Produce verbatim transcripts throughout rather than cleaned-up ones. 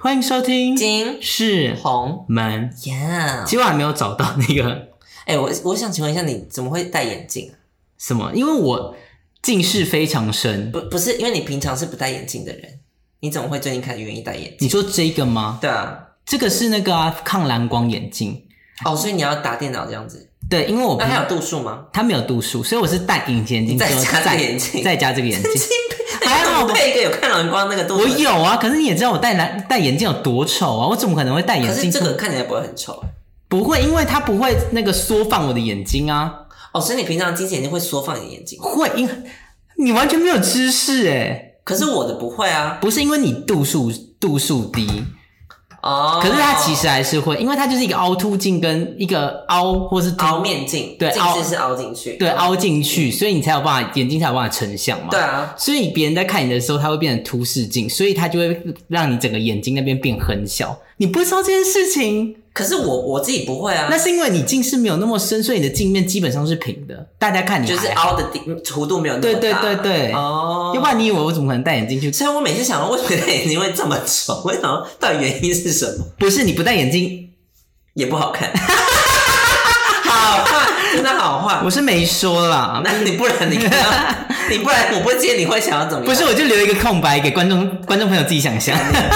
欢迎收听金是红门。 Yeah， 其实我还没有找到那个。 哎、欸，我我想请问一下，你怎么会戴眼镜啊？ 什么？因为我近视非常深。 不不是，因为你平常是不戴眼镜的人，你怎么会最近开始愿意戴眼镜？ 你说这个吗？ 对啊， 这个是那个啊，抗蓝光眼镜。 哦，所以你要打电脑这样子。 对，因为我那它有度数吗？ 它没有度数，所以我是戴隐形眼镜， 再加这个眼镜， 再加这个眼镜。 还好配一个有看蓝光那个度数。 我有啊，可是你也知道我戴蓝戴眼镜有多丑啊！我怎么可能会戴眼镜？ 可是这个看起来不会很丑。 不会，因为它不会那个缩放我的眼睛啊。 哦，所以你平常近视眼镜会缩放你的眼睛？ 会，因为你完全没有知识哎。 可是我的不会啊。 不是因为你度数度数低。 哦， 可是它其实还是会，因为它就是一个凹凸镜跟一个凹或是凹面镜， 对， 近视是凹进去， 对，凹进去，所以你才有办法眼睛才有办法成像嘛。 对啊， 所以别人在看你的时候，它会变成凸视镜，所以它就会让你整个眼睛那边变很小。你不知道这件事情？ 可是我我自己不会啊。 那是因为你近视没有那么深，所以你的镜面基本上是平的。大家看你就是凹的弧度没有那么大。 对对对对。 哦。 要不然你以为我怎么可能戴眼镜去？ 所以我每次想到为什么戴眼镜会这么丑，我想到到底原因是什么？ 不是你不戴眼镜也不好看。好坏，真的好坏。 我是没说啦。 那你不然你刚刚你不然我不介意你会想要怎么样？ 不是，我就留一个空白给观众观众朋友自己想象。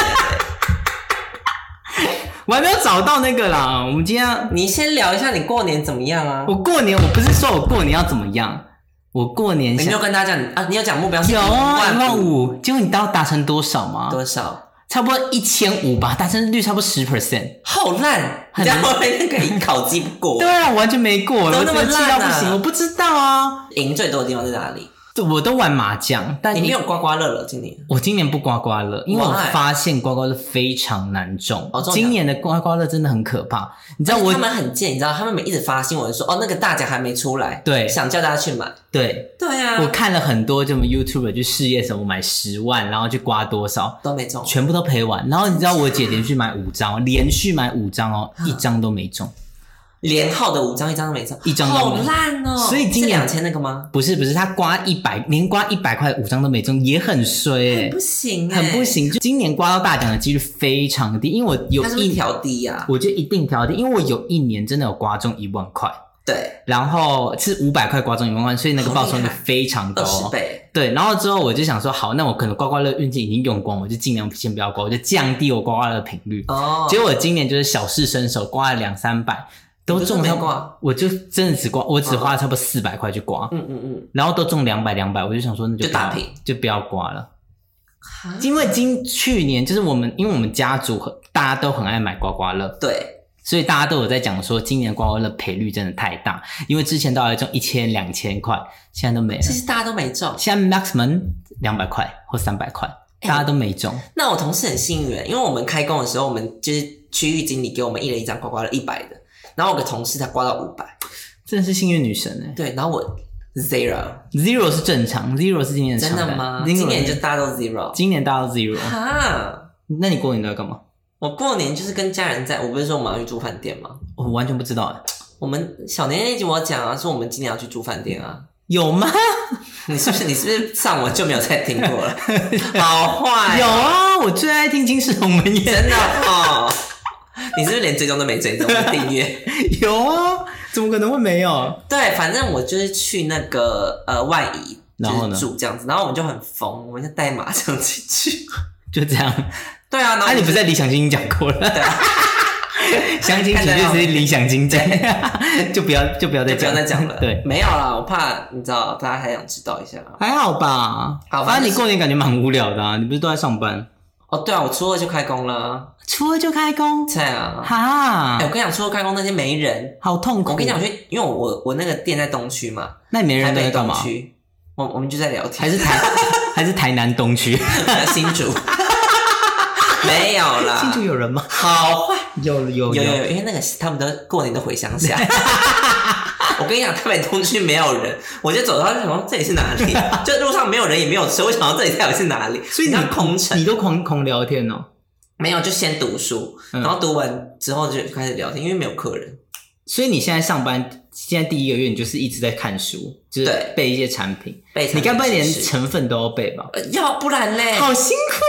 我还没有找到那个啦。我们今天要你先聊一下你过年怎么样啊？ 我过年我不是说我过年要怎么样，我过年你没有跟大家讲啊？你有讲目标是有啊，一万五。结果你知道达成多少吗？ 多少？ 差不多一千五吧，达成率差不多十 percent。 好烂！你在后面那个考绩不过。 对啊，我完全没过， 都那么烂啊，不行，我不知道啊。 赢最多的地方在哪里？ 我都玩麻将，但你没有刮刮乐了。今年我今年不刮刮乐，因为我发现刮刮乐非常难中。 哦， 今年的刮刮乐真的很可怕。你知道我他们很贱，你知道他们每一直发新闻说哦那个大奖还没出来， 对， 想叫大家去买。 对对啊， 我看了很多这么 YouTuber 去试验什么买十万，然后去刮多少都没中， 全部都赔完。然后你知道我姐连续买五张，连续买五张哦，一张都没中。 连号的五张一张都没中， 一张都没中， 好烂哦！ 所以今年两千那个吗？ 不是不是，他刮一百，连刮一百块五张都没中，也很衰哎、欸， 不行哎、 欸，很不行。就今年刮到大奖的几率非常低，因为我有一它是不是调低呀、啊？ 我觉得一定调低，因为我有一年真的有刮中一万块， 对， 然后是五百块刮中一万块，所以那个报酬率非常高， 二十倍。 对，然后之后我就想说，好，那我可能刮刮乐运气已经用光，我就尽量先不要刮，我就降低我刮刮乐的频率。 哦， 结果我今年就是小试身手，刮了两三百。都中了， 刮， 我就真的只刮，我只花了差不多四百块去刮， 嗯嗯嗯， 然后都中两百两百，我就想说那就就打平， 就不要刮了。因为今去年就是我们，因为我们家族大家都很爱买刮刮乐， 对， 所以大家都有在讲说今年刮刮乐赔率真的太大，因为之前都还中一千两千块，现在都没了。 其实大家都没中， 现在 maximum 两百块或三百块，大家都没中。 那我同事很幸运，因为我们开工的时候，我们就是区域经理给我们一人一张刮刮乐一百的。然后我有个同事他刮到五百， 真的是幸运女神哎、欸。 对，然后我 zero zero 是正常 ，zero 是今年的常态。 真的吗？今年就大家都 zero， 今年大家都 zero。 哈， 那你过年都要干嘛？ 我过年就是跟家人在，我不是说我们要去住饭店吗？ 我完全不知道哎、欸。 我们小年那集我讲啊，说我们今年要去住饭店啊。 有吗？ 你是不是你是不是上文就没有再听过了？好坏、喔。 有啊，我最爱听金石龙门宴。 真的哦。你是不是连追踪都没追踪订阅？ 有啊，怎么可能会没有？ 对，反正我就是去那个呃外移， 然后呢住这样子，然后我们就很疯，我们就带麻将进去， 就这样。 对啊，然后、 啊、你不是在理想金讲过了？对啊，详情请就是理想金讲，就不要就不要再讲， 不要再讲了。 对， 没有啦，我怕你知道，大家还想知道一下。 还好吧， 好， 反正你过年感觉蛮无聊的啊，你不是都在上班？ 哦，对啊，我初二就开工了。 初二就开工？ 对啊。 哈！ 哎、欸，我跟你讲，初二开工那天没人， 好痛苦。 我跟你讲，我去，因为我我那个店在东区嘛， 那你没人在干嘛？ 台北东区，我我们就在聊天。 还是台还是台南东区？ 新竹。没有啦。 新竹有人吗？ 好坏。 有有有有有，因为那个他们都过年都回乡下。我跟你讲，台北东区没有人，我就走到就想说这里是哪里？就路上没有人也没有车，我想到这里到底是哪里？ 所以你空城， 你都狂狂聊天哦？ 没有，就先读书，嗯、然后读完之后就开始聊天，因为没有客人。 所以你现在上班，现在第一个月你就是一直在看书，就是背一些产品。 背产品你该不会连成分都要背吧？ 呃、要不然嘞？ 好辛苦哦！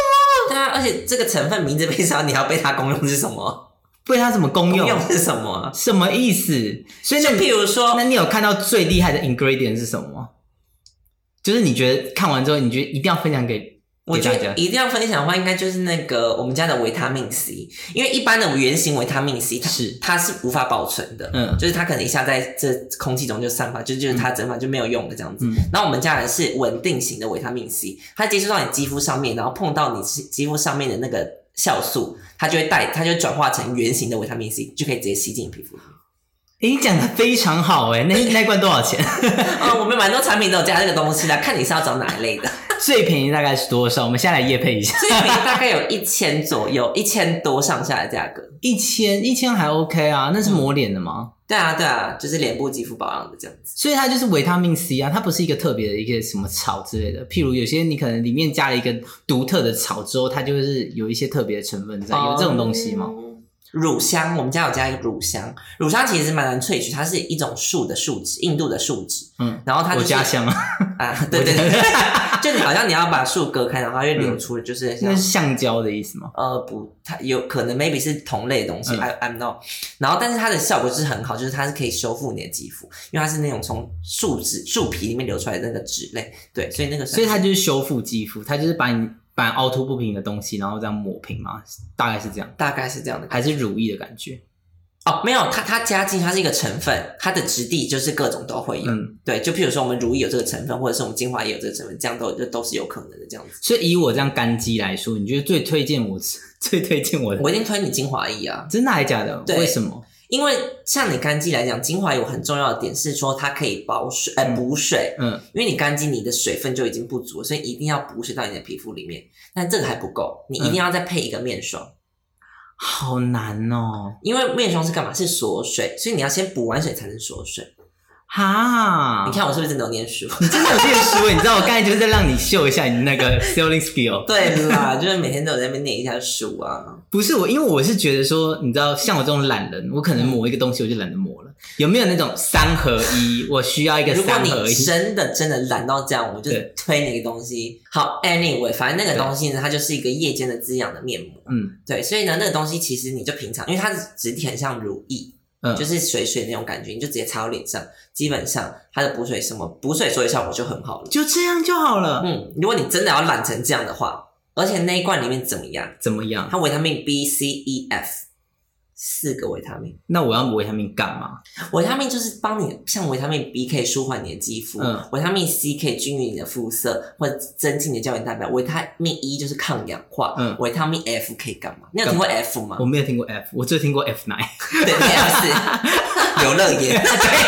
对啊，而且这个成分名字背上，你还要背它功用是什么？ 背它什么功用？ 功用是什么？ 什么意思？所以那譬如说， 那你有看到最厉害的 ingredient 是什么吗？就是你觉得看完之后，你觉得一定要分享给。 我觉得一定要分享的话，应该就是那个我们家的维他命 C， 因为一般的原型维他命 C 它是它是无法保存的，嗯，就是它可能一下在这空气中就散发，就就是它蒸发就没有用的这样子。嗯，然后我们家人是稳定型的维他命 C， 它接触到你肌肤上面，然后碰到你肌肤上面的那个酵素，它就会带，它就会转化成原型的维他命 C， 就可以直接吸进你皮肤里面。 欸、你讲的非常好哎、欸，那那罐多少钱？ 嗯，我们蛮多产品都有加这个东西的，看你是要找哪一类的。 最便宜大概是多少？我们现在来业配一下。 最便宜大概有一千左右，一千多上下的价格。 一千一千还 OK 啊？那是抹脸的吗？ 嗯、对啊对啊，就是脸部肌肤保养的这样子。 所以它就是维他命 C 啊，它不是一个特别的一个什么草之类的。譬如有些你可能里面加了一个独特的草之后，它就是有一些特别的成分在，有这种东西吗？ 乳香，我们家有加一个乳香，乳香其实蛮难萃取，它是一种树的树脂，印度的树脂，嗯，然后它、就是、 我家乡啊， 啊，对对对，就你好像你要把树割开，然后它会流出的，就是像、 嗯、那是橡胶的意思吗？ 呃，不，它有可能 maybe 是同类的东西、嗯、I I'm not， 然后但是它的效果就是很好，就是它是可以修复你的肌肤，因为它是那种从树脂树皮里面流出来的那个脂类，对，所以那个所以它就是修复肌肤，它就是把你。把凹凸不平的东西，然后这样抹平吗？大概是这样， 大概是这样的感觉，还是乳液的感觉？ 哦，没有，它它加进它是一个成分，它的质地就是各种都会有。嗯，对，就譬如说我们乳液有这个成分，或者是我们精华液有这个成分，这样都就都是有可能的这样子。 所以以我这样干肌来说，你觉得最推荐我最推荐我的？ 我一定推你精华液啊！ 真的还是假的？ 对， 为什么？ 因为像你干肌来讲，精华有很重要的点是说它可以保水，呃补水。嗯，因为你干肌你的水分就已经不足了，所以一定要补水到你的皮肤里面。但这个还不够，你一定要再配一个面霜。嗯、 好难哦！ 因为面霜是干嘛？是锁水，所以你要先补完水才能锁水。 哈， 你看我是不是真的有念书？ 你真的有念书？你知道我刚才就是在让你秀一下你那个 selling skill。 对啦，就是每天都有在那边念一下书啊。 不是我，因为我是觉得说，你知道，像我这种懒人，我可能抹一个东西我就懒得抹了。有没有那种三合一？我需要一个三合一。 如果你真的真的懒到这样，我就推你一个东西。好 ，anyway， 反正那个东西呢，它就是一个夜间的滋养的面膜。嗯，对，所以呢，那个东西其实你就平常，因为它的质地很像乳液。嗯，就是水水那种感觉，你就直接擦到脸上，基本上它的补水什么补水所有效果就很好了， 就这样就好了。 嗯，如果你真的要懒成这样的话，而且那一罐里面怎么样？ 怎么样？ 它维他命 B、C、E、F 四个维他命。 那我要维他命干嘛？ 维他命就是帮你，像维他命 B 可以舒缓你的肌肤，嗯，维他命 C 可以均匀你的肤色或者增进你的胶原蛋白，维他命 E 就是抗氧化，嗯，维他命 F 可以干嘛？你有听过 F 吗？ 我没有听过 F， 我只有听过 F 奶。 对 ，F 是游乐园。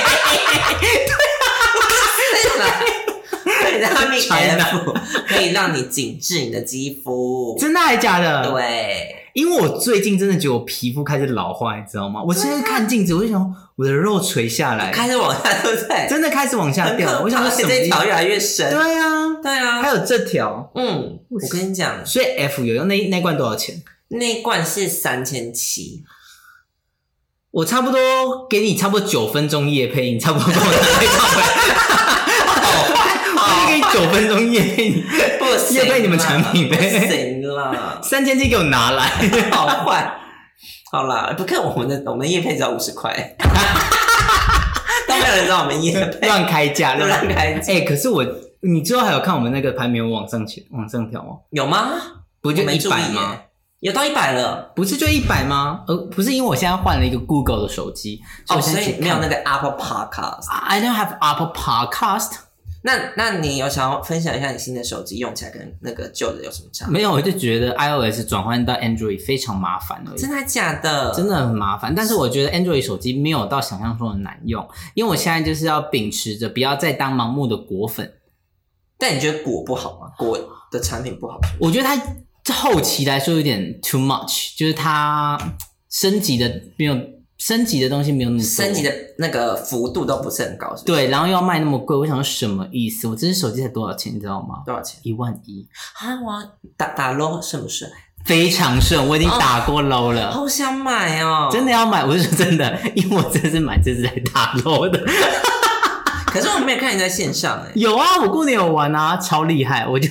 对，维他命 F 可以让你紧致你的肌肤。 真的还是假的？ 对。 因为我最近真的觉得我皮肤开始老化，你知道吗？我现在看镜子，我就想我的肉垂下来， 开始往下，对不对？ 真的开始往下掉。我想说什么？ 这条越来越深。 对啊， 对啊， 还有这条。 嗯，我跟你讲， 所以 F 有用那那罐多少钱？ 那罐是三千七。 我差不多给你差不多九分钟业配，你差不多跟我拿一套回来。我就给你九分钟业配， 不行， 业配你们产品呗， 不行啦， 三千七给我拿来， 好坏。好啦，不看我们的，我们业配只要五十块，都没有人知道我们业配， 乱开价， 乱开价。 哎、欸，可是我，你之后还有看我们那个排名往上去往上调吗？ 有吗？ 不就一百吗？ 有到一百了， 不是就一百吗？呃，不是，因为我现在换了一个 Google 的手机， 哦，所以没有那个 Apple Podcast。 I don't have Apple Podcast。 那那你有想要分享一下你新的手机用起来跟那个旧的有什么差？ 没有，我就觉得 iOS 转换到 Android 非常麻烦而已。 真的假的？ 真的很麻烦。但是我觉得 Android 手机没有到想象中的难用，因为我现在就是要秉持着不要再当盲目的果粉。 但你觉得果不好吗？果的产品不好？ 我觉得它后期来说有点 too much， 就是它升级的没有。升级的东西没有那么多， 升级的那个幅度都不是很高，是不是？ 对，然后又要卖那么贵，我想说什么意思？我这只手机才多少钱，你知道吗？ 多少钱？ 一万一啊！我打打 low 顺不顺？ 非常顺，我已经打过 low 了， 哦、好想买哦！ 真的要买，我是说真的，因为我这次买这次才打 low 的。 可是我没有看你在线上哎、欸。 有啊，我过年有玩啊，超厉害，我就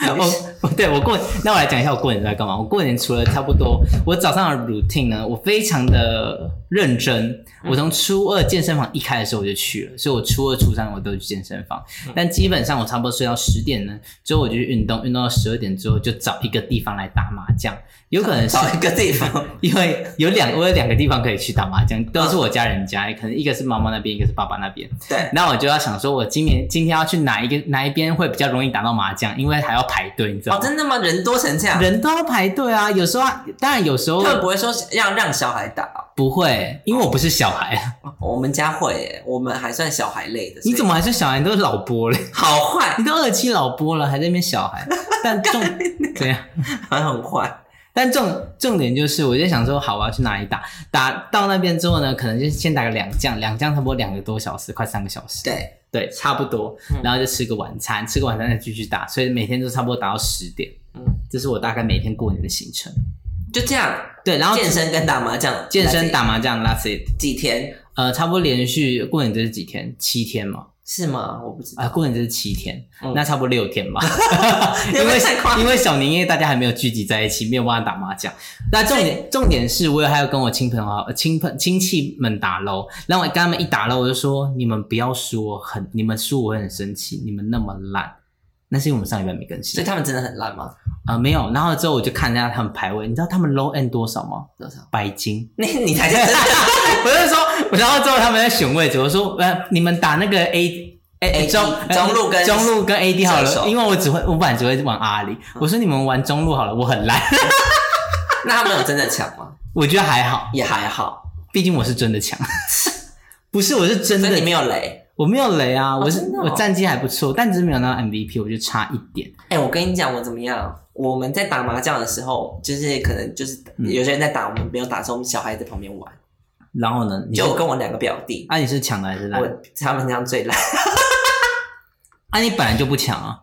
我对我过那我来讲一下我过年在干嘛。我过年除了差不多我早上的 routine 呢，我非常的认真。嗯、我从初二健身房一开的时候我就去了，所以我初二初三我都去健身房。嗯、但基本上我差不多睡到十点呢，之后我就去运动，运动到十二点之后就找一个地方来打麻将。有可能是找一个地方， 因为有两我有两个地方可以去打麻将，都是我家人家，可能一个是妈妈那边，一个是爸爸那边。 对， 那我就要想说，我今年今天要去哪一个哪一边会比较容易打到麻将，因为还要排队，你知道吗？ 哦，真的吗？人多成这样， 人都要排队啊。有时候，当然有时候他们不会说让让小孩打、哦， 不会，因为我不是小孩。 我们家会耶，我们还算小孩类的。 你怎么还是小孩？你都是老波了， 好坏！ 你都二七老波了，还在那边小孩，但重怎样？ 还很坏。 但重重点就是，我就想说，好，我要去哪里打？打到那边之后呢，可能就先打个两将，两将差不多两个多小时，快三个小时。 对对，差不多。然后就吃个晚餐，吃个晚餐再继续打，所以每天都差不多打到十点。嗯，这是我大概每天过年的行程。 就这样。 对，然后健身跟打麻将， 健身打麻将 ，that's it。 几天？ 呃，差不多连续过年这是几天？七天嘛。 是吗？我不知道。 啊、呃，过年这是七天，嗯、那差不多六天吧。因为因为小年夜大家还没有聚集在一起，没有办法打麻将。那重点重点是我有还有跟我亲朋好亲朋亲戚们打喽，然后我跟他们一打喽，我就说你们不要输我很，你们输我会很生气，你们那么烂。那是因为我们上礼拜没更新， 所以他们真的很烂吗？ 啊、呃，没有。然后之后我就看一下他们排位，你知道他们 low end 多少吗？ 多少？ 白金。 那你才是真的。 我就说，然后之后他们在选位置，我说呃，你们打那个 A。欸、中中路跟中路跟 A D 好了，因为我只会我本来只会玩阿里、嗯，我说你们玩中路好了，我很烂。 那他们有真的强吗？ 我觉得还好， 也还好， 毕竟我是真的强。不是，我是真的。 所以你没有雷？ 我没有雷啊， 哦、 我是、 哦、 我战绩还不错，但只是没有拿到 M V P， 我就差一点。 哎、欸，我跟你讲，我怎么样？我们在打麻将的时候，就是可能就是有些人在打，我们没有打的时候，我们小孩在旁边玩。 然后呢？ 就我跟我两个表弟。 啊，你是强的还是烂？ 我他们这样最烂。 啊，你本来就不强啊！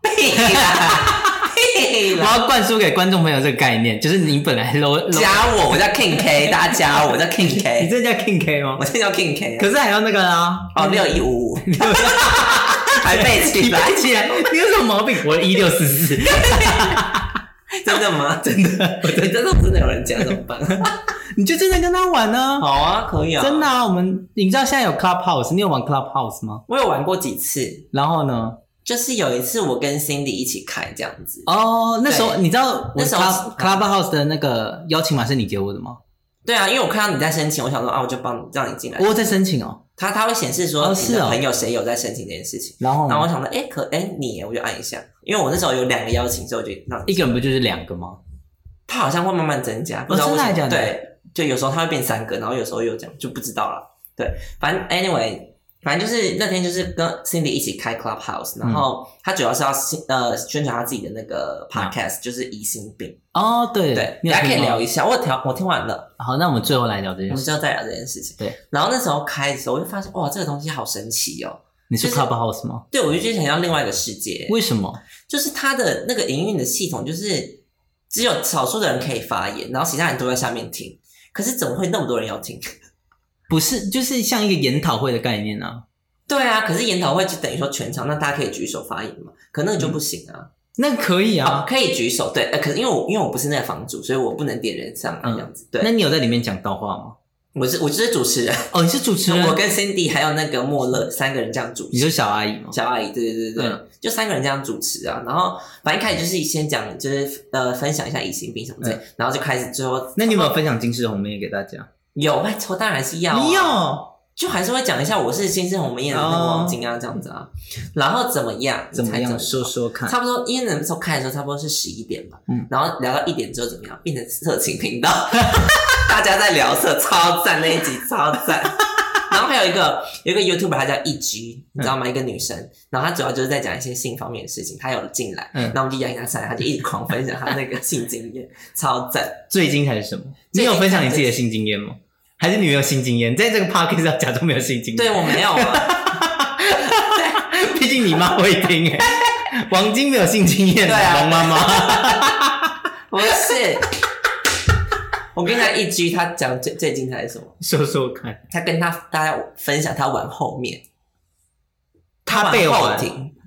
我要灌输给观众朋友这个概念，就是你本来 low 加我，我叫 King K， 大家加我，我叫 King K。 你这叫 King K 吗？ 我这叫 King K、啊。 可是还要那个啊， 哦，六一五五，还背起来， 背起来，你有什么毛病？我一六四四， 真的吗？ 真的，我真的真的有人讲怎么办？ 你就真的跟他玩呢、啊？ 好啊，可以啊， 真的啊。我们你知道现在有 Clubhouse， 你有玩 Clubhouse 吗？ 我有玩过几次， 然后呢？ 就是有一次我跟 Cindy 一起开这样子哦，那时候你知道那时候 Clubhouse 的那个邀请码是你给我的吗？ 对啊，因为我看到你在申请，我想说啊，我就帮你让你进来。 我在申请哦， 他他会显示说你的朋友谁有在申请这件事情， 哦然后然后我想说，哎可哎你，我就按一下，因为我那时候有两个邀请，所以我就让一个人不就是两个吗？ 他好像会慢慢增加，不知道为什么。哦、对，就有时候他会变三个，然后有时候又这样，就不知道了。对，反正 anyway。反正就是那天就是跟 Cindy 一起开 Clubhouse， 然后他主要是要呃宣传他自己的那个 podcast，、嗯、就是疑心病。 哦，对对，大家可以聊一下。我调我听完了。 好，那我们最后来聊这件事。 我们最后再聊这件事情。 对。 然后那时候开的时候，我就发现哇，这个东西好神奇哦。 你是 Clubhouse 吗？ 对，我就觉得想要另外一个世界。 为什么？ 就是它的那个营运的系统，就是只有少数的人可以发言，然后其他人都在下面听。可是怎么会那么多人要听？ 不是，就是像一个研讨会的概念啊。 对啊，可是研讨会就等于说全场，那大家可以举手发言嘛？可那个就不行啊。嗯、 那可以啊、 哦，可以举手，对。呃，可是因为我因为我不是那个房主，所以我不能点人上来这样子。对。 那你有在里面讲到话吗？ 我是我就是主持人。 哦，你是主持人。 我跟 Cindy 还有那个莫乐三个人这样主持。 你是小阿姨吗？ 小阿姨，对对对对、嗯，就三个人这样主持啊。然后反正一开始就是先讲，就是呃分享一下疑心病什么之类、嗯，然后就开始最后。 那你有没有分享金氏红梅给大家？ 有，拜托，当然是要、啊。 你有。 就还是会讲一下我是金氏红梅宴的那个王晶啊，这样子啊，然后怎么样？ 怎么样？说说看。 差不多，因为那时候开的时候差不多是十一点吧，嗯，然后聊到一点之后怎么样？变成色情频道，大家在聊色，超赞那一集，超赞。然后还有一个有一个 YouTuber， 她叫一 G， 你知道吗？嗯、一个女生，然后她主要就是在讲一些性方面的事情，她有进来，嗯，然后我们就邀请她上来，她就一直狂分享她那个性经验，超赞。 最精彩是什么？你有分享你自己的性经验吗？还是你没有性经验？在这个 podcast 要假装没有性经验。 对，我没有啊。 对，毕竟你妈会听诶。王晶没有性经验， 对啊， 王妈妈。 不是。我跟他一居，他讲最最精彩是什么？ 说说看。 他跟他大家分享他玩后面， 他被玩，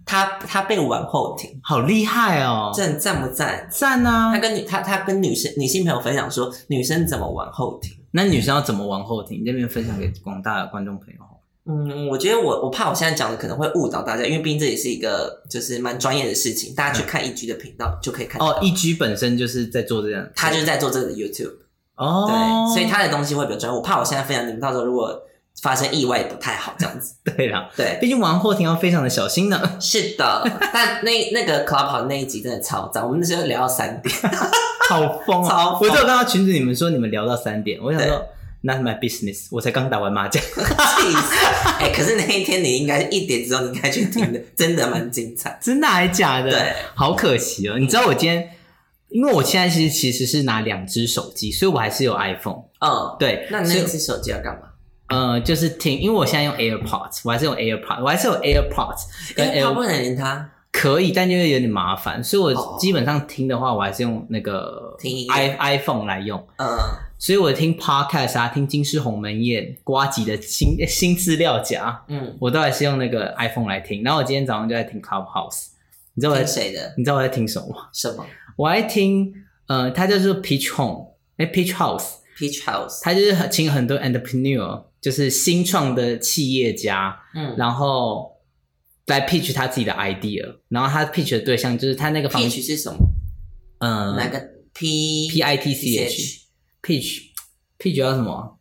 他他被往后挺， 好厉害哦！ 这很赞不赞？ 赞啊！ 他跟女他他跟女生女性朋友分享说，女生怎么往后挺？ 那女生要怎么往后挺？你这边分享给广大的观众朋友。 嗯，我觉得我我怕我现在讲的可能会误导大家，因为毕竟这也是一个就是蛮专业的事情，大家去看一 G 的频道就可以看到。 哦，一 G 本身就是在做这样， 他就是在做这个的 YouTube。 哦， 对，所以他的东西会比较专业。我怕我现在分享，你们到时候如果发生意外不太好，这样子。 对啦， 对， 毕竟往后挺要非常的小心呢。 是的，但那那个 Clubhouse 那一集真的超赞，我们那时候聊到三点， 好疯啊！ 超疯！ 我就有看到群组你们说你们聊到三点，我想说。Not my business， 我才刚打完麻将，气死！哎、欸，可是那一天你应该一点之后你应该去听的，真的蛮精彩。 真的还假的？ 对， 好可惜哦。你知道我今天，因为我现在其实其实是拿两只手机，所以我还是有 iPhone。嗯，对。 那你那只手机要干嘛？ 呃，就是听，因为我现在用 AirPods， 我还是用 AirPods， 我还是有 AirPods。 AirPods 不能连它。 可以，但就会有点麻烦，所以我基本上听的话，我还是用那个 i iPhone 来用。嗯，所以我听 Podcast 啊，听金氏鸿门宴、呱吉的新新资料夹，嗯，我都还是用那个 iPhone 来听。然后我今天早上就在听 Clubhouse， 你知道我在谁的？ 你知道我在听什么吗？ 什么？ 我在听，呃，它叫做 Peach Home， 哎 ，Peach House，Peach House， 它就是请很多 entrepreneur， 就是新创的企业家，嗯，然后。来 pitch 他自己的 idea， 然后他 pitch 的对象就是他那个方 pitch 是什么？嗯，哪个 P P I T C H pitch pitch 要什么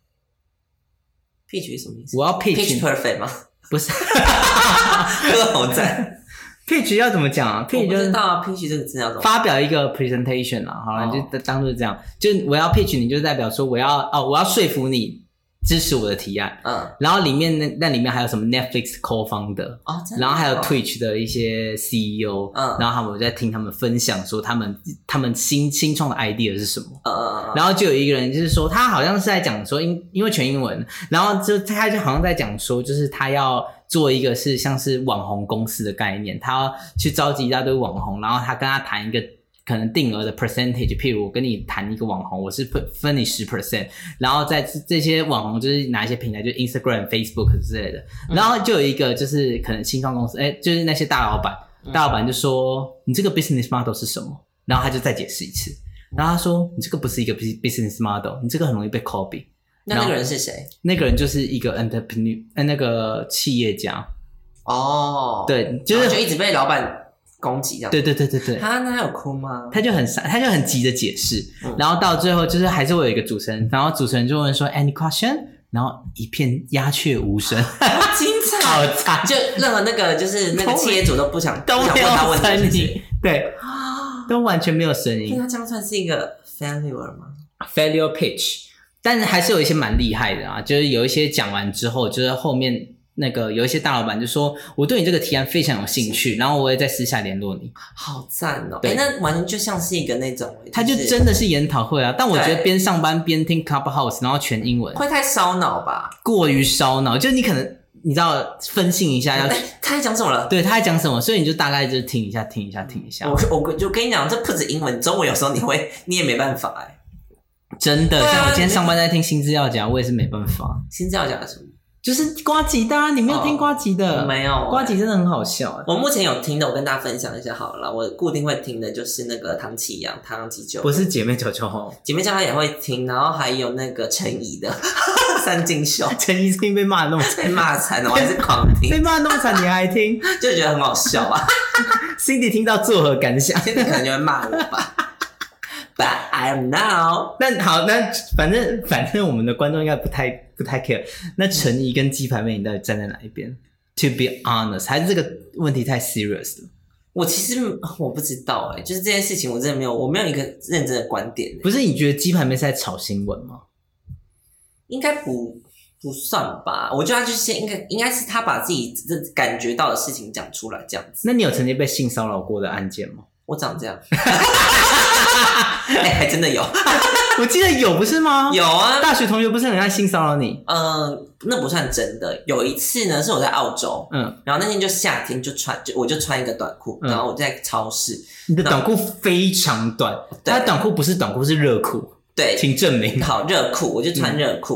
？pitch 是什么意思？ 我要 pitch pitch perfect 吗？ 不是， 这个好赞。 pitch 要怎么讲啊 ？pitch 就是我不知道啊 pitch 这个字要怎么发表一个 presentation 啊？好了，哦、就当做这样，就我要 pitch 你，就代表说我要哦，我要说服你。支持我的提案，嗯，然后里面那那里面还有什么 Netflix co-founder，哦，然后还有 Twitch 的一些 C E O， 嗯，然后他们在听他们分享说他们他们新新创的 idea 是什么，嗯嗯嗯，然后就有一个人就是说他好像是在讲说因因为全英文，然后就他就好像在讲说就是他要做一个是像是网红公司的概念，他要去召集一大堆网红，然后他跟他谈一个。可能定额的 percentage， 譬如我跟你谈一个网红，我是分你 百分之十， 然后在这些网红就是哪一些平台，就是 Instagram、Facebook 之类的，然后就有一个就是可能新创公司，哎，就是那些大老板，大老板就说你这个 business model 是什么？然后他就再解释一次，然后他说你这个不是一个 business model， 你这个很容易被 copy。 那那个人是谁？ 那个人就是一个 entrepreneur， 呃，那个企业家。哦，对，就是就一直被老板。攻击这样， 对对对对对， 他那他有哭吗？ 他就很他就很急的解释，嗯、然后到最后就是还是会有一个主持人，然后主持人就问说 ，Any question？ 然后一片鸦雀无声， 好精彩， 好惨， 就任何那个就是那个企业主都不想都没有他问声音，对，都完全没有声音。 那他这样算是一个 failure 吗 ？Failure pitch， 但是还是有一些蛮厉害的啊，就是有一些讲完之后，就是后面。那个有一些大老板就说我对你这个提案非常有兴趣，然后我也在私下联络你。 好赞哦！哎、欸，那完全就像是一个那种、就是， 他就真的是研讨会啊。但我觉得边上班边听 Clubhouse， 然后全英文， 会太烧脑吧？ 过于烧脑，就是你可能你知道分心一下要。 哎、欸，他在讲什么了？ 对，他在讲什么，所以你就大概就听一下，听一下，听一下。 我我就跟你讲，这不止英文，中文有时候你会你也没办法哎、欸。 真的，啊、像我今天上班在听新资料夹，我也是没办法。 新资料夹什么？ 就是呱吉的、啊，你没有听呱吉的？ 哦、没有， 呱吉真的很好笑、欸。 我目前有听的，我跟大家分享一下好了。我固定会听的就是那个唐启阳、唐吉酒， 不是姐妹球球哦， 姐妹球他也会听，然后还有那个陈怡的三金秀， 陈怡最近被骂那么惨， 被骂惨了，我还是狂听， 被骂那么惨你还听， 就觉得很好笑啊。 Cindy 听到作何感想？ 现在可能就会骂我吧。But I am now。 那好，那反正反正我们的观众应该不太不太 care。那陈怡跟鸡排妹，你到底站在哪一边 ？To be honest， 还是这个问题太 serious 了？ 我其实我不知道哎、欸，就是这件事情我真的没有，我没有一个认真的观点、欸。 不是，你觉得鸡排妹是在炒新闻吗？ 应该不不算吧。我觉得他就是应该应该是他把自己感觉到的事情讲出来这样子。 那你有曾经被性骚扰过的案件吗？ 我长这样。哎、欸，还真的有， 我记得有不是吗？ 有啊， 大学同学不是很爱性骚扰你？ 嗯，那不算真的。有一次呢，是我在澳洲，嗯，然后那天就夏天就穿，就我就穿一个短裤、嗯，然后我在超市。 你的短裤非常短，它短裤不是短裤是热裤， 对， 请证明。 好，热裤，我就穿热裤。嗯，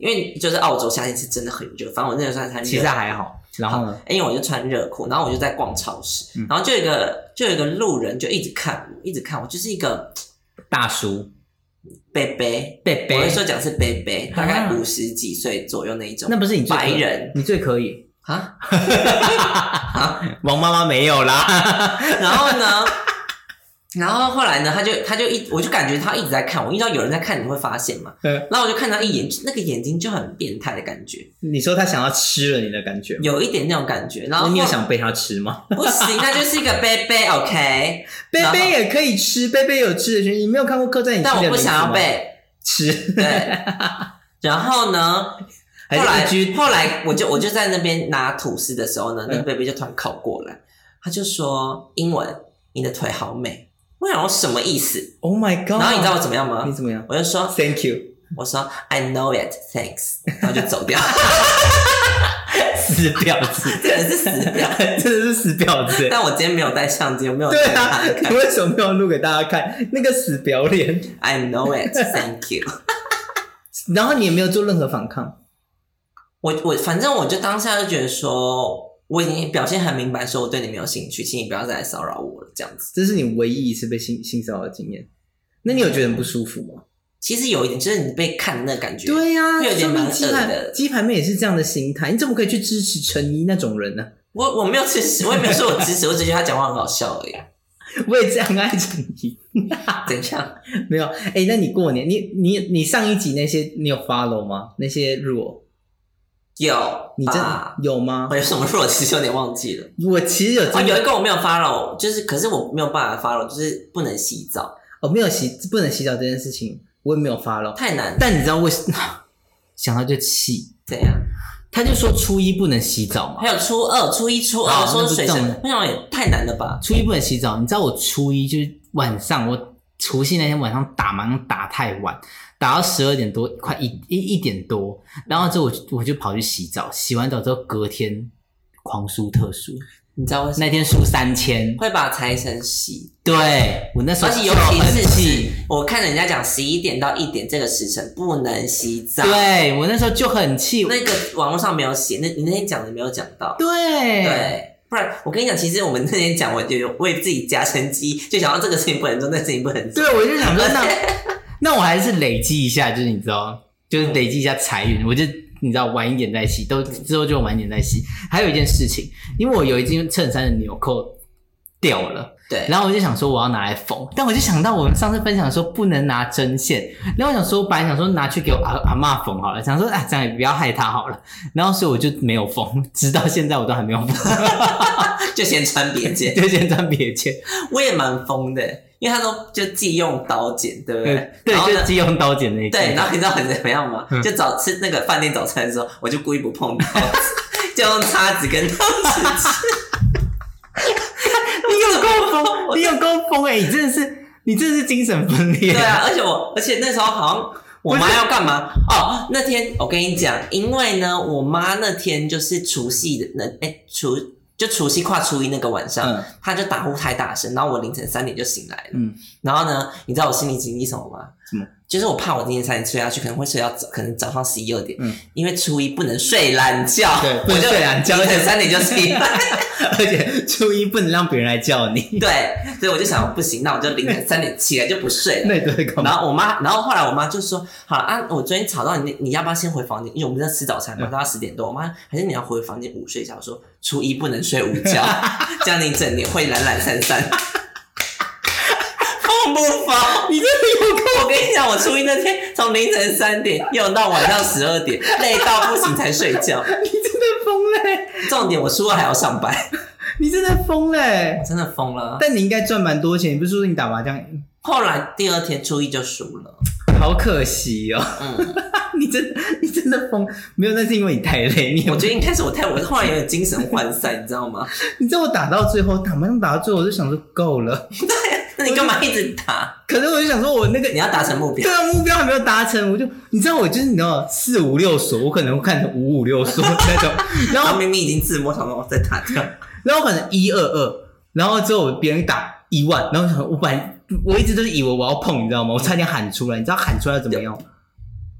因为就是澳洲夏天是真的很热，反正我那个时候穿热， 其实还好。然后呢？ 因为我就穿热裤，然后我就在逛超市， 嗯、 然后就有一个就有一个路人就一直看我，一直看我，就是一个大叔， 伯伯， 伯伯， 我会说讲是伯伯，大概五十几岁左右那一种。 那不是你最白人， 你最可以啊？ 王妈妈没有啦。 然后呢？然后后来呢，他就他就一，我就感觉他一直在看我，你知道有人在看，你会发现嘛？嗯。然后我就看他一眼，那个眼睛就很变态的感觉。 你说他想要吃了你的感觉？ 有一点那种感觉。然后你有想被他吃吗？ 不行，那就是一个贝贝 ，OK。 贝贝也可以吃，贝贝有吃的权利。你没有看过刻在你心里的名字吗？ 但我不想要被吃。 对。然后呢？后来后来我就我就在那边拿吐司的时候呢，那个贝贝就突然靠过来，他就说英文：“你的腿好美。”我想说什么意思 ？Oh my god！ 然后你知道我怎么样吗？ 你怎么样？ 我就说 Thank you。 我说 I know it, thanks。然后就走掉。 死婊子， 真的是死婊， 真的是死婊子。 但我今天没有带相机，我没有对啊，你为什么没有录给大家看那个死婊脸 ？I know it, thank you。 然后你也没有做任何反抗。 我我反正我就当下就觉得说。我已经表现很明白，说我对你没有兴趣，请你不要再来骚扰我了，这样子。 这是你唯一一次被性性骚扰的经验，那你有觉得很不舒服吗？ 其实有一点，就是你被看的那个感觉。 对呀、啊， 有点蛮恶的。 鸡排妹也是这样的心态，你怎么可以去支持陈一那种人呢？ 我我没有支持，我也没有说我支持，我只觉得他讲话很好笑而已。 我也这样爱陈一。 怎样？ 没有，哎、欸，那你过年，你你你上一集那些你有 follow 吗？那些 rule？ 有， 你真有吗？ 我有什么弱，其实有点忘记了。 我其实有、 哦，有一个我没有 follow， 就是可是我没有办法 follow， 就是不能洗澡。 哦，没有洗不能洗澡这件事情，我也没有 follow， 太难。 但你知道为什么？想到就气。 怎样？ 他就说初一不能洗澡嘛， 还有初二、初一、初二说水神，我想也太难了吧？ 初一不能洗澡，你知道我初一就是晚上，我除夕那天晚上打麻将打太晚。打到十二点多，快一一一点多，然后之后我我就跑去洗澡，洗完澡之后隔天狂输特输， 你知道为什么？ 那天输三千， 会把财神洗。 对，我那时候而且尤其是我看人家讲十一点到一点这个时辰不能洗澡， 对我那时候就很气。 那个网络上没有写，那你那天讲的没有讲到， 对对。不然我跟你讲，其实我们那天讲，我就为自己加成绩，就想到这个事情不能做，那事情不能做。 对，我就想说那。那我还是累积一下，就是你知道，就是累积一下财运。我就你知道晚一点再洗，都之后就晚一点再洗。还有一件事情，因为我有一件衬衫的纽扣掉了， 对， 然后我就想说我要拿来缝，但我就想到我们上次分享说不能拿针线，然后我想说，本来想说拿去给我阿阿嬷缝好了，想说啊这样也不要害她好了，然后所以我就没有缝，直到现在我都还没有缝， 就先穿别件， 就先穿别件。 我也蛮疯的。因为他都就既用刀剪，对不对？ 对，就既用刀剪那一对，然后你知道很怎么样吗？嗯、就早吃那个饭店早餐的时候，我就故意不碰刀子，就用叉子跟汤匙吃。 你有够疯，你有够疯哎！你真的是，你真的是精神分裂。 对啊，而且我，而且那时候好像我妈要干嘛？哦，那天我跟你讲，因为呢，我妈那天就是除夕的那哎除。就除夕跨初一那个晚上，嗯、他就打呼太大声，然后我凌晨三点就醒来了。嗯，然后呢，你知道我心里经历什么吗？ 什么？ 就是我怕我今天三点睡下去，可能会睡到早，可能早上十一二点。嗯，因为初一不能睡懒觉， 对，不能睡懒觉， 凌晨三点就起来， 而且初一不能让别人来叫你。 对，所以我就想不行，那我就凌晨三点起来就不睡了。 那对， 然后我妈，然后后来我妈就说：“好了啊，我昨天吵到你，你要不要先回房间？因为我们在吃早餐嘛，到十点多。我妈还是你要回房间午睡一下。我说初一不能睡午觉，这样你整年会懒懒散散。”疯不疯？ 你真的有够！ 我跟你讲，我初一那天从凌晨三点用到晚上十二点，累到不行才睡觉。 你真的疯嘞！ 重点我初二还要上班。 你真的疯嘞！ 我真的疯了。 但你应该赚蛮多钱，你不是说你打麻将？ 后来第二天初一就输了， 好可惜哦。嗯，你真你真的疯，没有，那是因为你太累。你我觉得应该是我太，我后来有点精神涣散，你知道吗？ 你知道我打到最后，打麻将打到最后，我就想说够了。 对，那你干嘛一直打？ 可是我就想说，我那个你要达成目标， 对啊，目标还没有达成，我就你知道我就是你知道四五六所，我可能会看成五五六所那种， 然后明明已经自摸想说我再打掉， 然后可能一二二，然后之后别人打一万，然后想我本来我一直都是以为我要碰，你知道吗？我差点喊出来，你知道喊出来怎么样？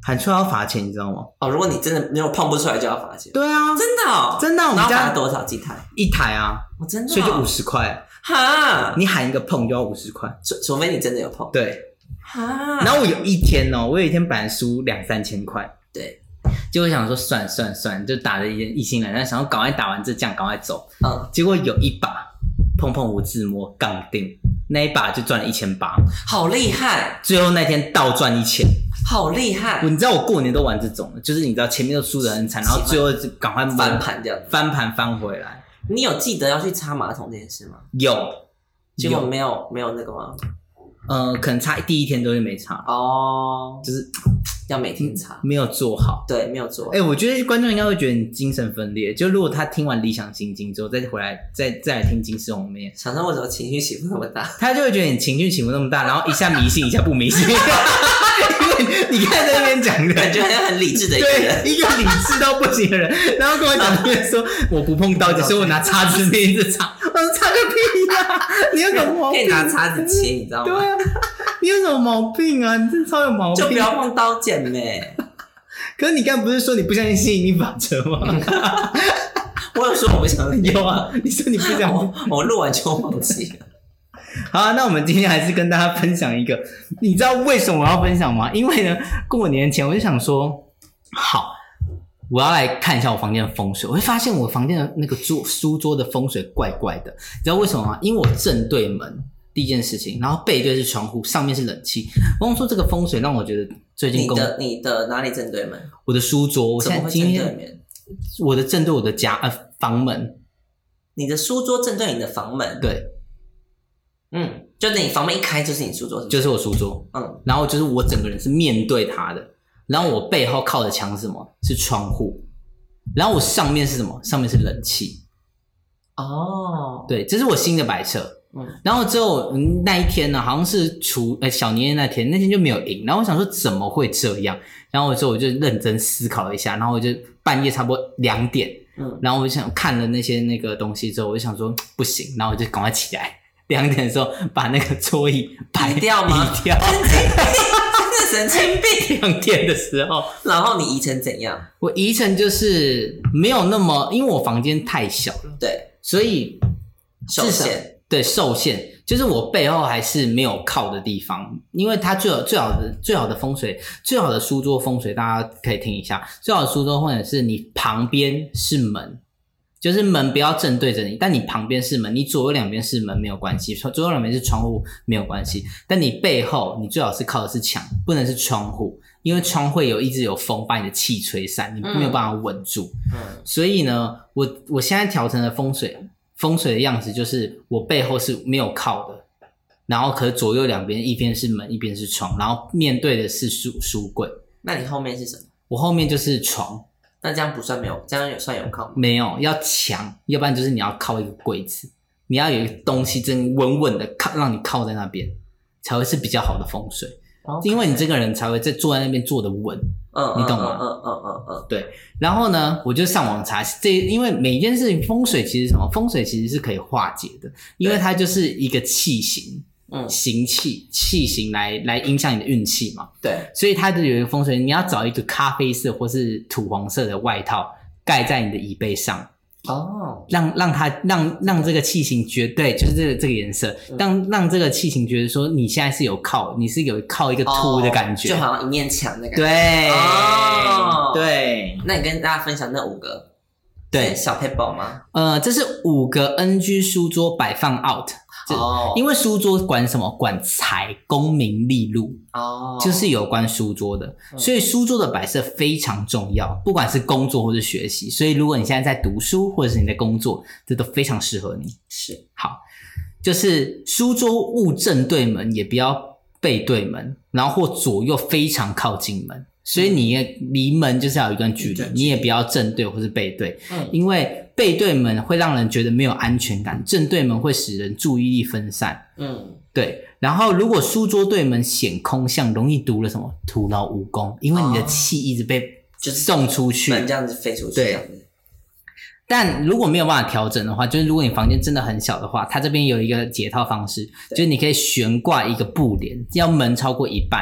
喊出来要罚钱，你知道吗？ 哦，如果你真的没有碰不出来就要罚钱。 对啊， 真的哦， 真的。我们家家罚多少几台？ 一台啊， 哦，真的、哦， 所以就五十块。 哈， 你喊一个碰就要五十块， 除除非你真的有碰。 对。 哈， 然后我有一天哦，我有一天本来输两三千块， 对， 结果想说算算算，就打了一一心懒，但想要赶快打完这将赶快走。 嗯， 结果有一把碰碰吴志摩杠定，那一把就赚了一千八， 好厉害！ 最后那天倒赚一千。 好厉害！ 你知道我过年都玩这种，就是你知道前面都输得很惨，然后最后就赶快翻盘掉， 翻盘翻回来。 你有记得要去擦马桶这件事吗？ 有， 结果没有没有那个吗？ 呃，可能擦第一天都是没擦哦， 就是要每天擦， 没有做好。 对，没有做好。 哎、欸，我觉得观众应该会觉得你精神分裂。就如果他听完《理想心经》之后，再回来再再来听《金丝红面》， 想说为什么情绪起伏那么大， 他就会觉得你情绪起伏那么大，然后一下迷信，一下不迷信。因为你看在那边讲的， 感觉好像很理智的一个人， 对，一个理智到不行的人，然后跟我讲那边说我不碰刀子，所以我拿叉子那一直擦，我说擦个屁呀、啊！你有什么毛病？ 可以拿叉子切，你知道吗？ 对啊，你有什么毛病啊？你真的超有毛病， 就不要碰刀剪呗。 可是你刚不是说你不相信吸引力法则吗？ 我有说我不相信， 有啊，你说你不相信， 我我录完就忘记了。 好、啊，那我们今天还是跟大家分享一个，你知道为什么我要分享吗？因为呢，过年前我就想说，好，我要来看一下我房间的风水，我会发现我房间的那个桌书桌的风水怪怪的，你知道为什么吗？因为我正对门第一件事情，然后背对是窗户，上面是冷气。我想说这个风水让我觉得最近你的你的哪里正对门？ 我的书桌，我现在今天我的正对我的家呃房门。 你的书桌正对你的房门？ 对。 嗯，就是你房门一开就是你书桌是不是， 就是我书桌， 嗯， 然后就是我整个人是面对它的，然后我背后靠的墙是什么？是窗户，然后我上面是什么？上面是冷气。 哦， 对，这是我新的摆设。嗯，然后之后、嗯、那一天呢，好像是除呃小年夜那天，那天就没有赢。然后我想说怎么会这样？然后之后我就认真思考了一下，然后我就半夜差不多两点，嗯，然后我就想看了那些那个东西之后，我就想说不行，然后我就赶快起来。两点的时候把那个桌椅移掉吗？ 移掉， 神经病！ 两点的时候， 然后你移成怎样？ 我移成就是没有那么，因为我房间太小了， 对， 所以受限， 对，受限，就是我背后还是没有靠的地方，因为它最好最好的最好的风水，最好的书桌风水，大家可以听一下，最好的书桌风水是你旁边是门。就是门不要正对着你，但你旁边是门，你左右两边是门没有关系，左右两边是窗户没有关系，但你背后你最好是靠的是墙，不能是窗户，因为窗会有一直有风把你的气吹散，你没有办法稳住。嗯，所以呢，我我现在调成的风水风水的样子就是我背后是没有靠的，然后可是左右两边一边是门一边是窗，然后面对的是书书柜。 那你后面是什么？ 我后面就是床。 那这样不算没有，这样有算有靠吗？ 没有，要墙，要不然就是你要靠一个柜子，你要有一个东西真稳稳的靠，让你靠在那边，才会是比较好的风水。Okay. 因为你这个人才会在坐在那边坐得稳， 嗯， 你懂吗？ 嗯嗯嗯嗯， 对。然后呢，我就上网查，这因为每一件事情风水其实什么？风水其实是可以化解的，因为它就是一个气型。嗯，行气气型来来影响你的运气嘛， 对， 所以它就有一个风水，你要找一个咖啡色或是土黄色的外套盖在你的椅背上，哦，让让它让让这个气型绝对就是这个这个颜色，让、嗯、让这个气型觉得说你现在是有靠，你是有靠一个凸的感觉， 哦、就好像一面墙的感觉， 对， 哦， 对， 那你跟大家分享那五个， 对， 小 paper 吗？ 呃，这是五个 N G 书桌摆放 out。哦，因为书桌管什么？管财、功名利禄哦，就是有关书桌的，嗯、所以书桌的摆设非常重要，不管是工作或是学习。所以如果你现在在读书，或者是你在工作，这都非常适合你。 是， 好，就是书桌勿正对门，也不要背对门，然后或左右非常靠近门。所以你也离门就是要有一段距离，嗯、你也不要正对或是背对，嗯，因为背对门会让人觉得没有安全感，正对门会使人注意力分散，嗯，对。然后如果书桌对门显空向，容易读了什么徒劳无功，因为你的气一直被送出去， 门这样子飞出去， 对。但如果没有办法调整的话，就是如果你房间真的很小的话，它这边有一个解套方式，就是你可以悬挂一个布帘，要门超过一半。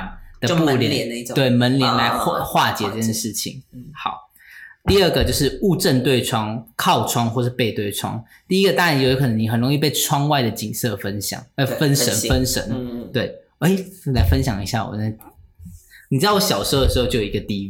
的布帘那种， 对门帘来化、哦、化解这件事情。嗯，好。第二个就是勿正对窗、靠窗或是背对窗。第一个当然有可能你很容易被窗外的景色分享，呃，分神分神。嗯，对。哎，来分享一下我的，你知道我小时候的时候就有一个 D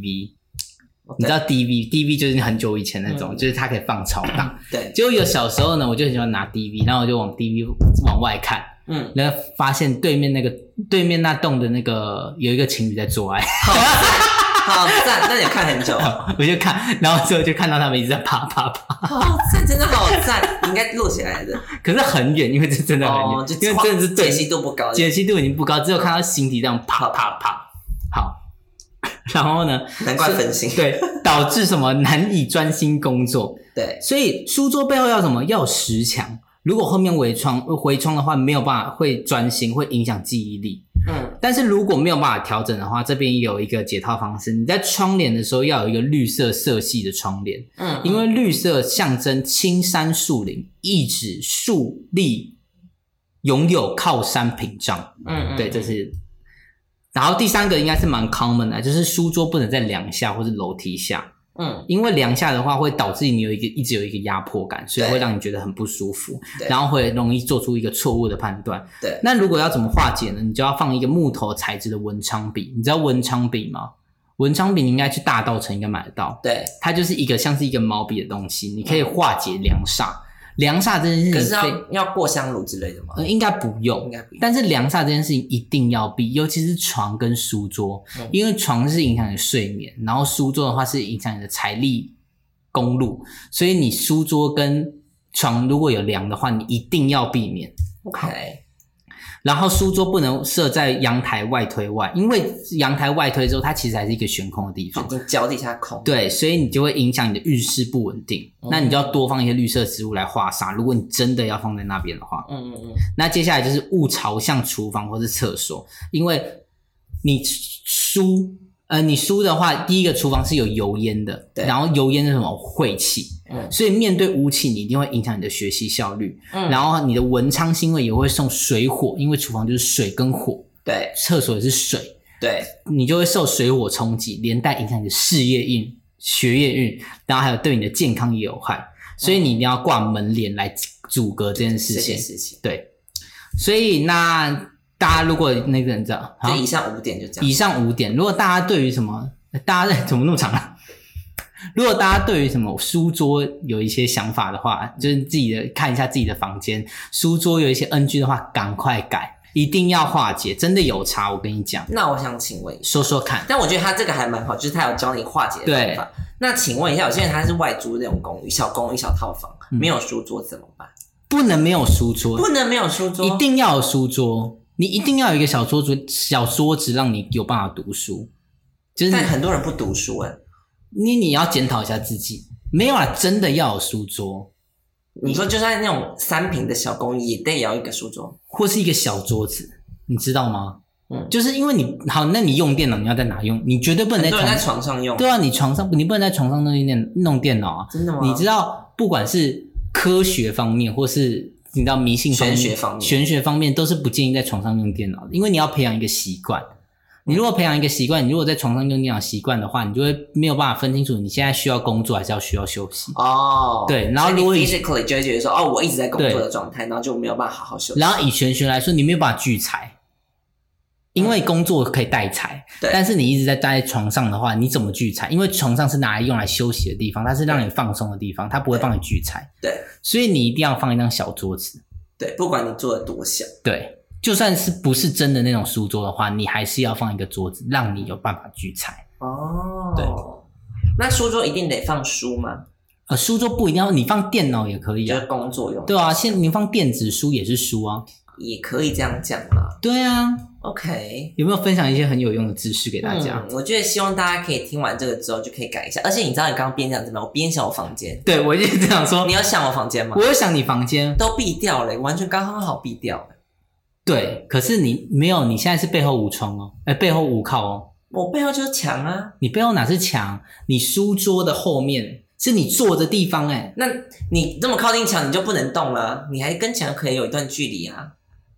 V。你知道 D V D V 就是很久以前那种、嗯、就是它可以放超大、 嗯、对， 结果有小时候呢我就很喜欢拿 D V， 然后我就往 D V 往外看，嗯，然后发现对面那个对面那栋的那个有一个情侣在做爱， 好好赞，那你看很久我就看，然后之后就看到他们一直在啪啪啪， 好赞，真的好赞，你应该录起来的， 可是很远，因为这真的很远、哦、因为真的是解析度不高， 解析度已经不高，只有看到形体这样啪啪啪，好，然后呢？ 难怪分心。 对，导致什么难以专心工作。 对， 所以书桌背后要什么？要有实墙。如果后面围窗围窗的话，没有办法会专心，会影响记忆力。嗯，但是如果没有办法调整的话，这边有一个解套方式。你在窗帘的时候要有一个绿色色系的窗帘。嗯，因为绿色象征青山树林，意指树立拥有靠山屏障。嗯，对，这是。然后第三个应该是蛮 common 的，就是书桌不能在梁下或是楼梯下。嗯，因为梁下的话会导致你有一个一直有一个压迫感，所以会让你觉得很不舒服，然后会容易做出一个错误的判断。 对， 那如果要怎么化解呢？你就要放一个木头材质的文昌笔。你知道文昌笔吗？文昌笔你应该去大稻埕应该买得到。 对， 它就是一个像是一个毛笔的东西，你可以化解梁煞。梁煞这件事情， 可是要要过香炉之类的吗？ 呃，应该不用， 应该不用。 但是梁煞这件事情一定要避，尤其是床跟书桌，嗯、因为床是影响你睡眠，然后书桌的话是影响你的财力公路，所以你书桌跟床如果有梁的话，你一定要避免。 OK。 然后书桌不能设在阳台外推外，因为阳台外推之后它其实还是一个悬空的地方， 就脚底下空。 对，所以你就会影响你的运势不稳定、嗯、那你就要多放一些绿色植物来化煞，如果你真的要放在那边的话。嗯嗯嗯。那接下来就是勿朝向厨房或是厕所，因为你书呃，你书的话，第一个厨房是有油烟的，然后油烟是什么？晦气，嗯，所以面对污气，你一定会影响你的学习效率，嗯，然后你的文昌星位也会受水火，因为厨房就是水跟火， 对， 厕所也是水， 对， 你就会受水火冲击，连带影响你的事业运、学业运，然后还有对你的健康也有害，所以你一定要挂门帘来阻隔这件事情， 这件事情， 对，所以那。大家如果那个人知道， 就以上五点就这样。 以上五点，如果大家对于什么，大家怎么那么长啊？如果大家对于什么书桌有一些想法的话，就是自己的看一下自己的房间，书桌有一些 N G 的话，赶快改，一定要化解，真的有差，我跟你讲。 那我想请问一下， 说说看。 但我觉得他这个还蛮好，就是他有教你化解的方法。那请问一下，有些人他是外租这种公寓、小公寓、小套房，没有书桌怎么办？ 不能没有书桌， 不能没有书桌， 一定要有书桌。你一定要有一个小桌子，小桌子让你有办法读书。就是但很多人不读书诶、欸， 你你要检讨一下自己。没有啦，真的要有书桌。 你说就算那种三坪的小公寓，也得要一个书桌， 或是一个小桌子，你知道吗？嗯，就是因为你好，那你用电脑你要在哪用？你绝对不能在床在床上用。 对啊，你床上你不能在床上弄电弄电脑啊。 真的吗？ 你知道，不管是科学方面，或是你知道迷信方面、 玄学方面、 玄学方面都是不建议在床上用电脑的，因为你要培养一个习惯。你如果培养一个习惯，你如果在床上用电脑习惯的话，你就会没有办法分清楚你现在需要工作还是要需要休息。 哦， 对，然后如果你 physically 就会觉得说，哦，我一直在工作的状态，然后就没有办法好好休息。 然后以玄学来说，你没有办法聚财，因为工作可以带财， 对、嗯。 但是你一直在待在床上的话，你怎么聚财？因为床上是拿来用来休息的地方，它是让你放松的地方，它不会帮你聚财。 对， 所以你一定要放一张小桌子。 对，不管你做的多小。 对。就算是不是真的那种书桌的话，你还是要放一个桌子，让你有办法聚财。 哦， 对。 那书桌一定得放书吗？ 呃，书桌不一定要，你放电脑也可以啊， 就是工作用。 对啊，现你放电子书也是书啊， 也可以这样讲啦。 对啊 ，OK。 有没有分享一些很有用的知识给大家？ 嗯，我觉得希望大家可以听完这个之后就可以改一下。而且你知道你刚刚边讲怎么样？我边想我房间。 对，我一直这样说。 你有想我房间吗？ 我有想你房间， 都避掉了，完全刚刚好避掉了。 对，可是你没有，你现在是背后无窗哦，哎，背后无靠哦。 我背后就是墙啊。 你背后哪是墙？你书桌的后面是你坐的地方哎。 那你这么靠近墙，你就不能动了，你还跟墙可以有一段距离啊。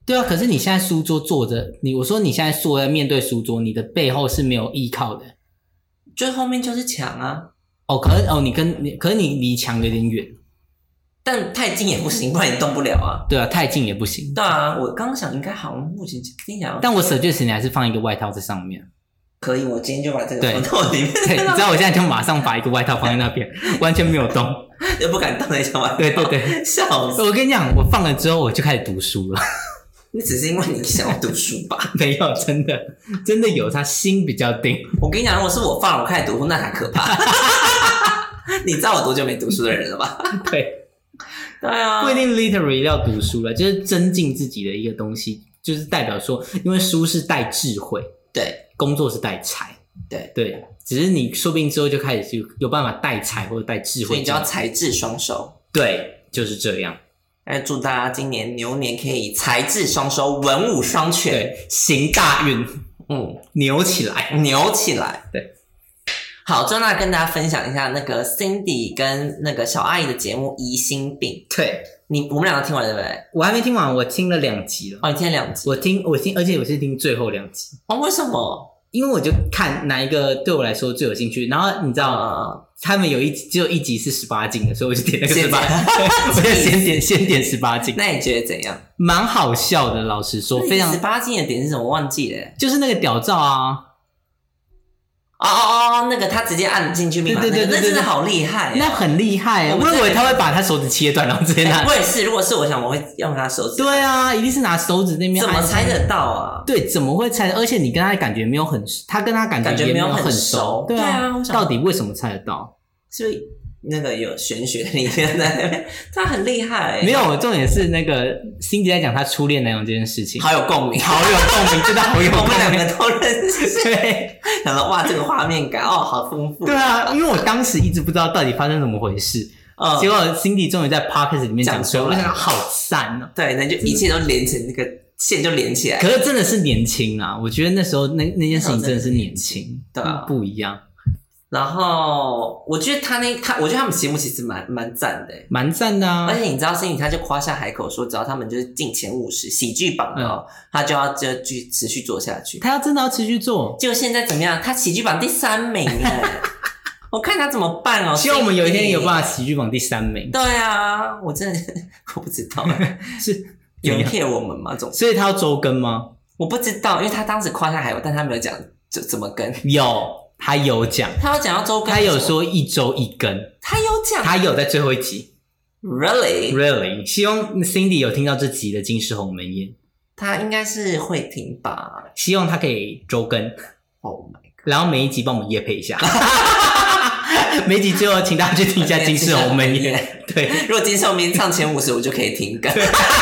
对啊，可是你现在书桌坐着，你我说你现在坐在面对书桌，你的背后是没有依靠的， 就后面就是墙啊。 哦，可是哦，你跟你，可是你离墙有点远， 但太近也不行，不然你动不了啊。 对啊，太近也不行。 对啊，我刚刚想应该好像目前听起来， 但我 suggest 你还是放一个外套在上面。 可以，我今天就把这个放到我里面。 对，你知道我现在就马上把一个外套放在那边，完全没有动， 又不敢动那种外套。 对对对， 笑死！ 我跟你讲，我放了之后我就开始读书了。 你只是因为你想要读书吧？ 没有，真的真的有，他心比较定。 我跟你讲，如果是我放了我开始读书，那才可怕。你知道我多久没读书的人了吧？ 对， 对啊， 不一定 literally 要读书了，就是增进自己的一个东西，就是代表说，因为书是带智慧， 对， 工作是带财， 对对，只是你说不定之后就开始就有办法带财或者带智慧， 所以你就要财智双收。 对，就是这样。 哎，祝大家今年牛年可以财智双收，文武双全， 对，行大运， 嗯， 牛起来， 牛起来， 对。 好，周娜跟大家分享一下那个 Cindy 跟那个小阿姨的节目《疑心病》。 对， 你我们两个听完对不对？ 我还没听完，我听了两集了。 哦，你听了两集？ 我听，我听，而且我是听最后两集。 哦，为什么？ 因为我就看哪一个对我来说最有兴趣，然后你知道，嗯、他们有一只有一集是十八禁的，所以我就点那个十八，我就先点先点十八禁。 那你觉得怎样？ 蛮好笑的，老实说，非常。 十八禁的点是什么？忘记了， 就是那个屌照啊。 哦哦哦，那个他直接按进去密码，对对对对，那真的好厉害、啊， 那很厉害、欸。我以为他会把他手指切断，然后直接拿、 欸。我也是，如果是我想，我会用他手指。 对啊，一定是拿手指那边。 怎么猜得到啊？ 对，怎么会猜？而且你跟他的感觉没有很，他跟他感觉也没有很熟。对啊，对啊，到底为什么猜得到？ 所以那个有玄学里面在那边，他很厉害、欸。 没有，重点是那个 Cindy 在讲他初恋男友这件事情， 好有共鸣， 好有共鸣，真的好有共鸣。 我们两个都认识， 对， 想说哇，这个画面感哦，好丰富。 对啊，因为我当时一直不知道到底发生怎么回事，嗯、结果 Cindy 终于在 Podcast 里面讲出来，我就想好赞哦。 对，那就一切都连成那个线就连起来。 可是真的是年轻啊，我觉得那时候那那件事情真的是年轻， 对啊， 不一样。 然后我觉得他那他，我觉得他们节目其实蛮蛮赞的， 蛮赞的啊！ 而且你知道，Cindy他就夸下海口说，只要他们就是进前五十喜剧榜的、哦嗯，他就要就继持续做下去。 他要真的要持续做， 结果现在怎么样？他喜剧榜第三名哎，我看他怎么办哦。 希望我们有一天有办法喜剧榜第三名。 对啊，我真的我不知道是有人 care 我们吗？总所以他要周更吗？ 我不知道，因为他当时夸下海口，但他没有讲怎怎么跟。 有。他有讲， 他有讲要周更， 他有说一周一更， 他有讲， 他有在最后一集 ，really really， 希望 Cindy 有听到这集的金氏鸿门宴， 他应该是会听吧， 希望他可以周更 ，Oh my god， 然后每一集帮我们业配一下，每一集最后请大家去听一下金氏鸿门宴，对， 如果金氏鸿门宴唱前五十，我就可以停更。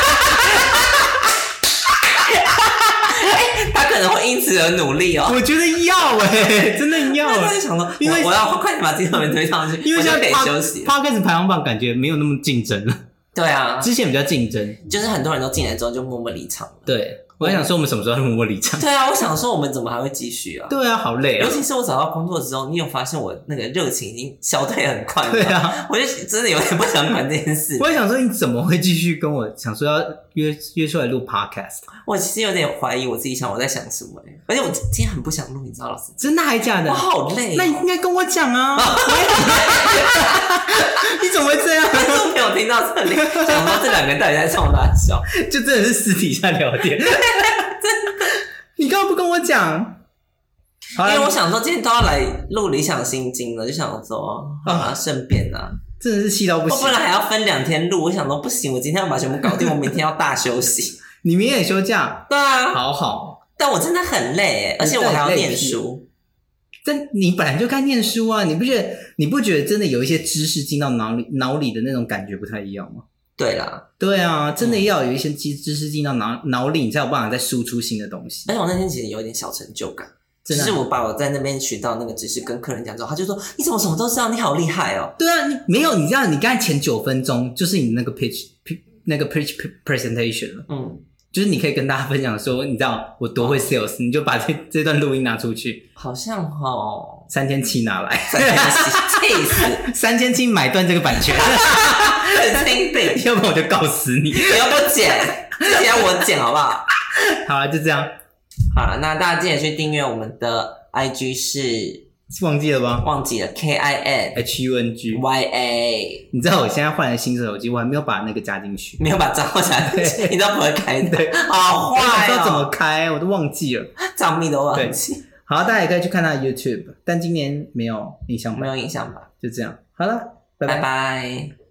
他可能会因此而努力哦。 我觉得要诶、欸，真的要、欸。 他就想说，因为我, 我要快点把金氏鸿门宴推上去， 因为现在可以休息。 Podcast 排行榜感觉没有那么竞争了。 对啊， 之前比较竞争， 就是很多人都进来之后就默默离场了。 对。我还想说我们什么时候默默离场？ 对啊，我想说我们怎么还会继续啊？ 对啊，好累啊！ 尤其是我找到工作之后，你有发现我那个热情已经消退很快吗？ 对啊， 我就真的有点不想管这件事。 我也想说你怎么会继续跟我想说要约约出来录 podcast？ 我其实有点怀疑我自己想我在想什么、欸、而且我今天很不想录，你知道老师？ 真的还假的？ 我好累、喔。 那你应该跟我讲啊！你怎么会这样？ 都没有听到这里，想说这两个人到底在冲哪笑？ 就真的是私底下聊天。 真的， 你干嘛不跟我讲？ 因为我想说今天都要来录理想心经了，就想说啊顺便啊， 真的是气到不行。 我本来还要分两天录，我想说不行，我今天要把全部搞定，我明天要大休息。 你明天也休假？ 对啊， 好好。 但我真的很累耶，而且我还要念书。 但你本来就该念书啊，你不觉得你不觉得真的有一些知识进到脑里脑里的那种感觉不太一样吗？ 对啦， 对啊，真的要有一些知识进到脑脑里，你才有办法再输出新的东西。 而且我那天其实有一点小成就感，只是我把我在那边学到那个知识跟客人讲之后，他就说你怎么什么都知道，你好厉害哦。 对啊，你没有，你知道你刚才前九分钟就是你那个 pitch 那个 pitch presentation 了， 嗯， 就是你可以跟大家分享说，你知道我多会 sales，、哦、你就把这这段录音拿出去。 好像哦， 三千七拿来， 三千七，气死！ 三千七买断这个版权， 神经病！ 要不然我就告死你！ 你要不剪？之前要我剪好不好？ 好了，就这样。 好了，那大家记得去订阅我们的 I G 是忘记了吧？ 忘记了 ，K I N H U N G Y A。 你知道我现在换了新手机，我还没有把那个加进去， 没有把账号加进去，你知道不会开的，好坏哦！ 我不知道怎么开，我都忘记了， 账密都忘记。 好，大家也可以去看他的 YouTube， 但今年没有影像版， 没有影像版， 就这样。好了，拜拜。 拜拜。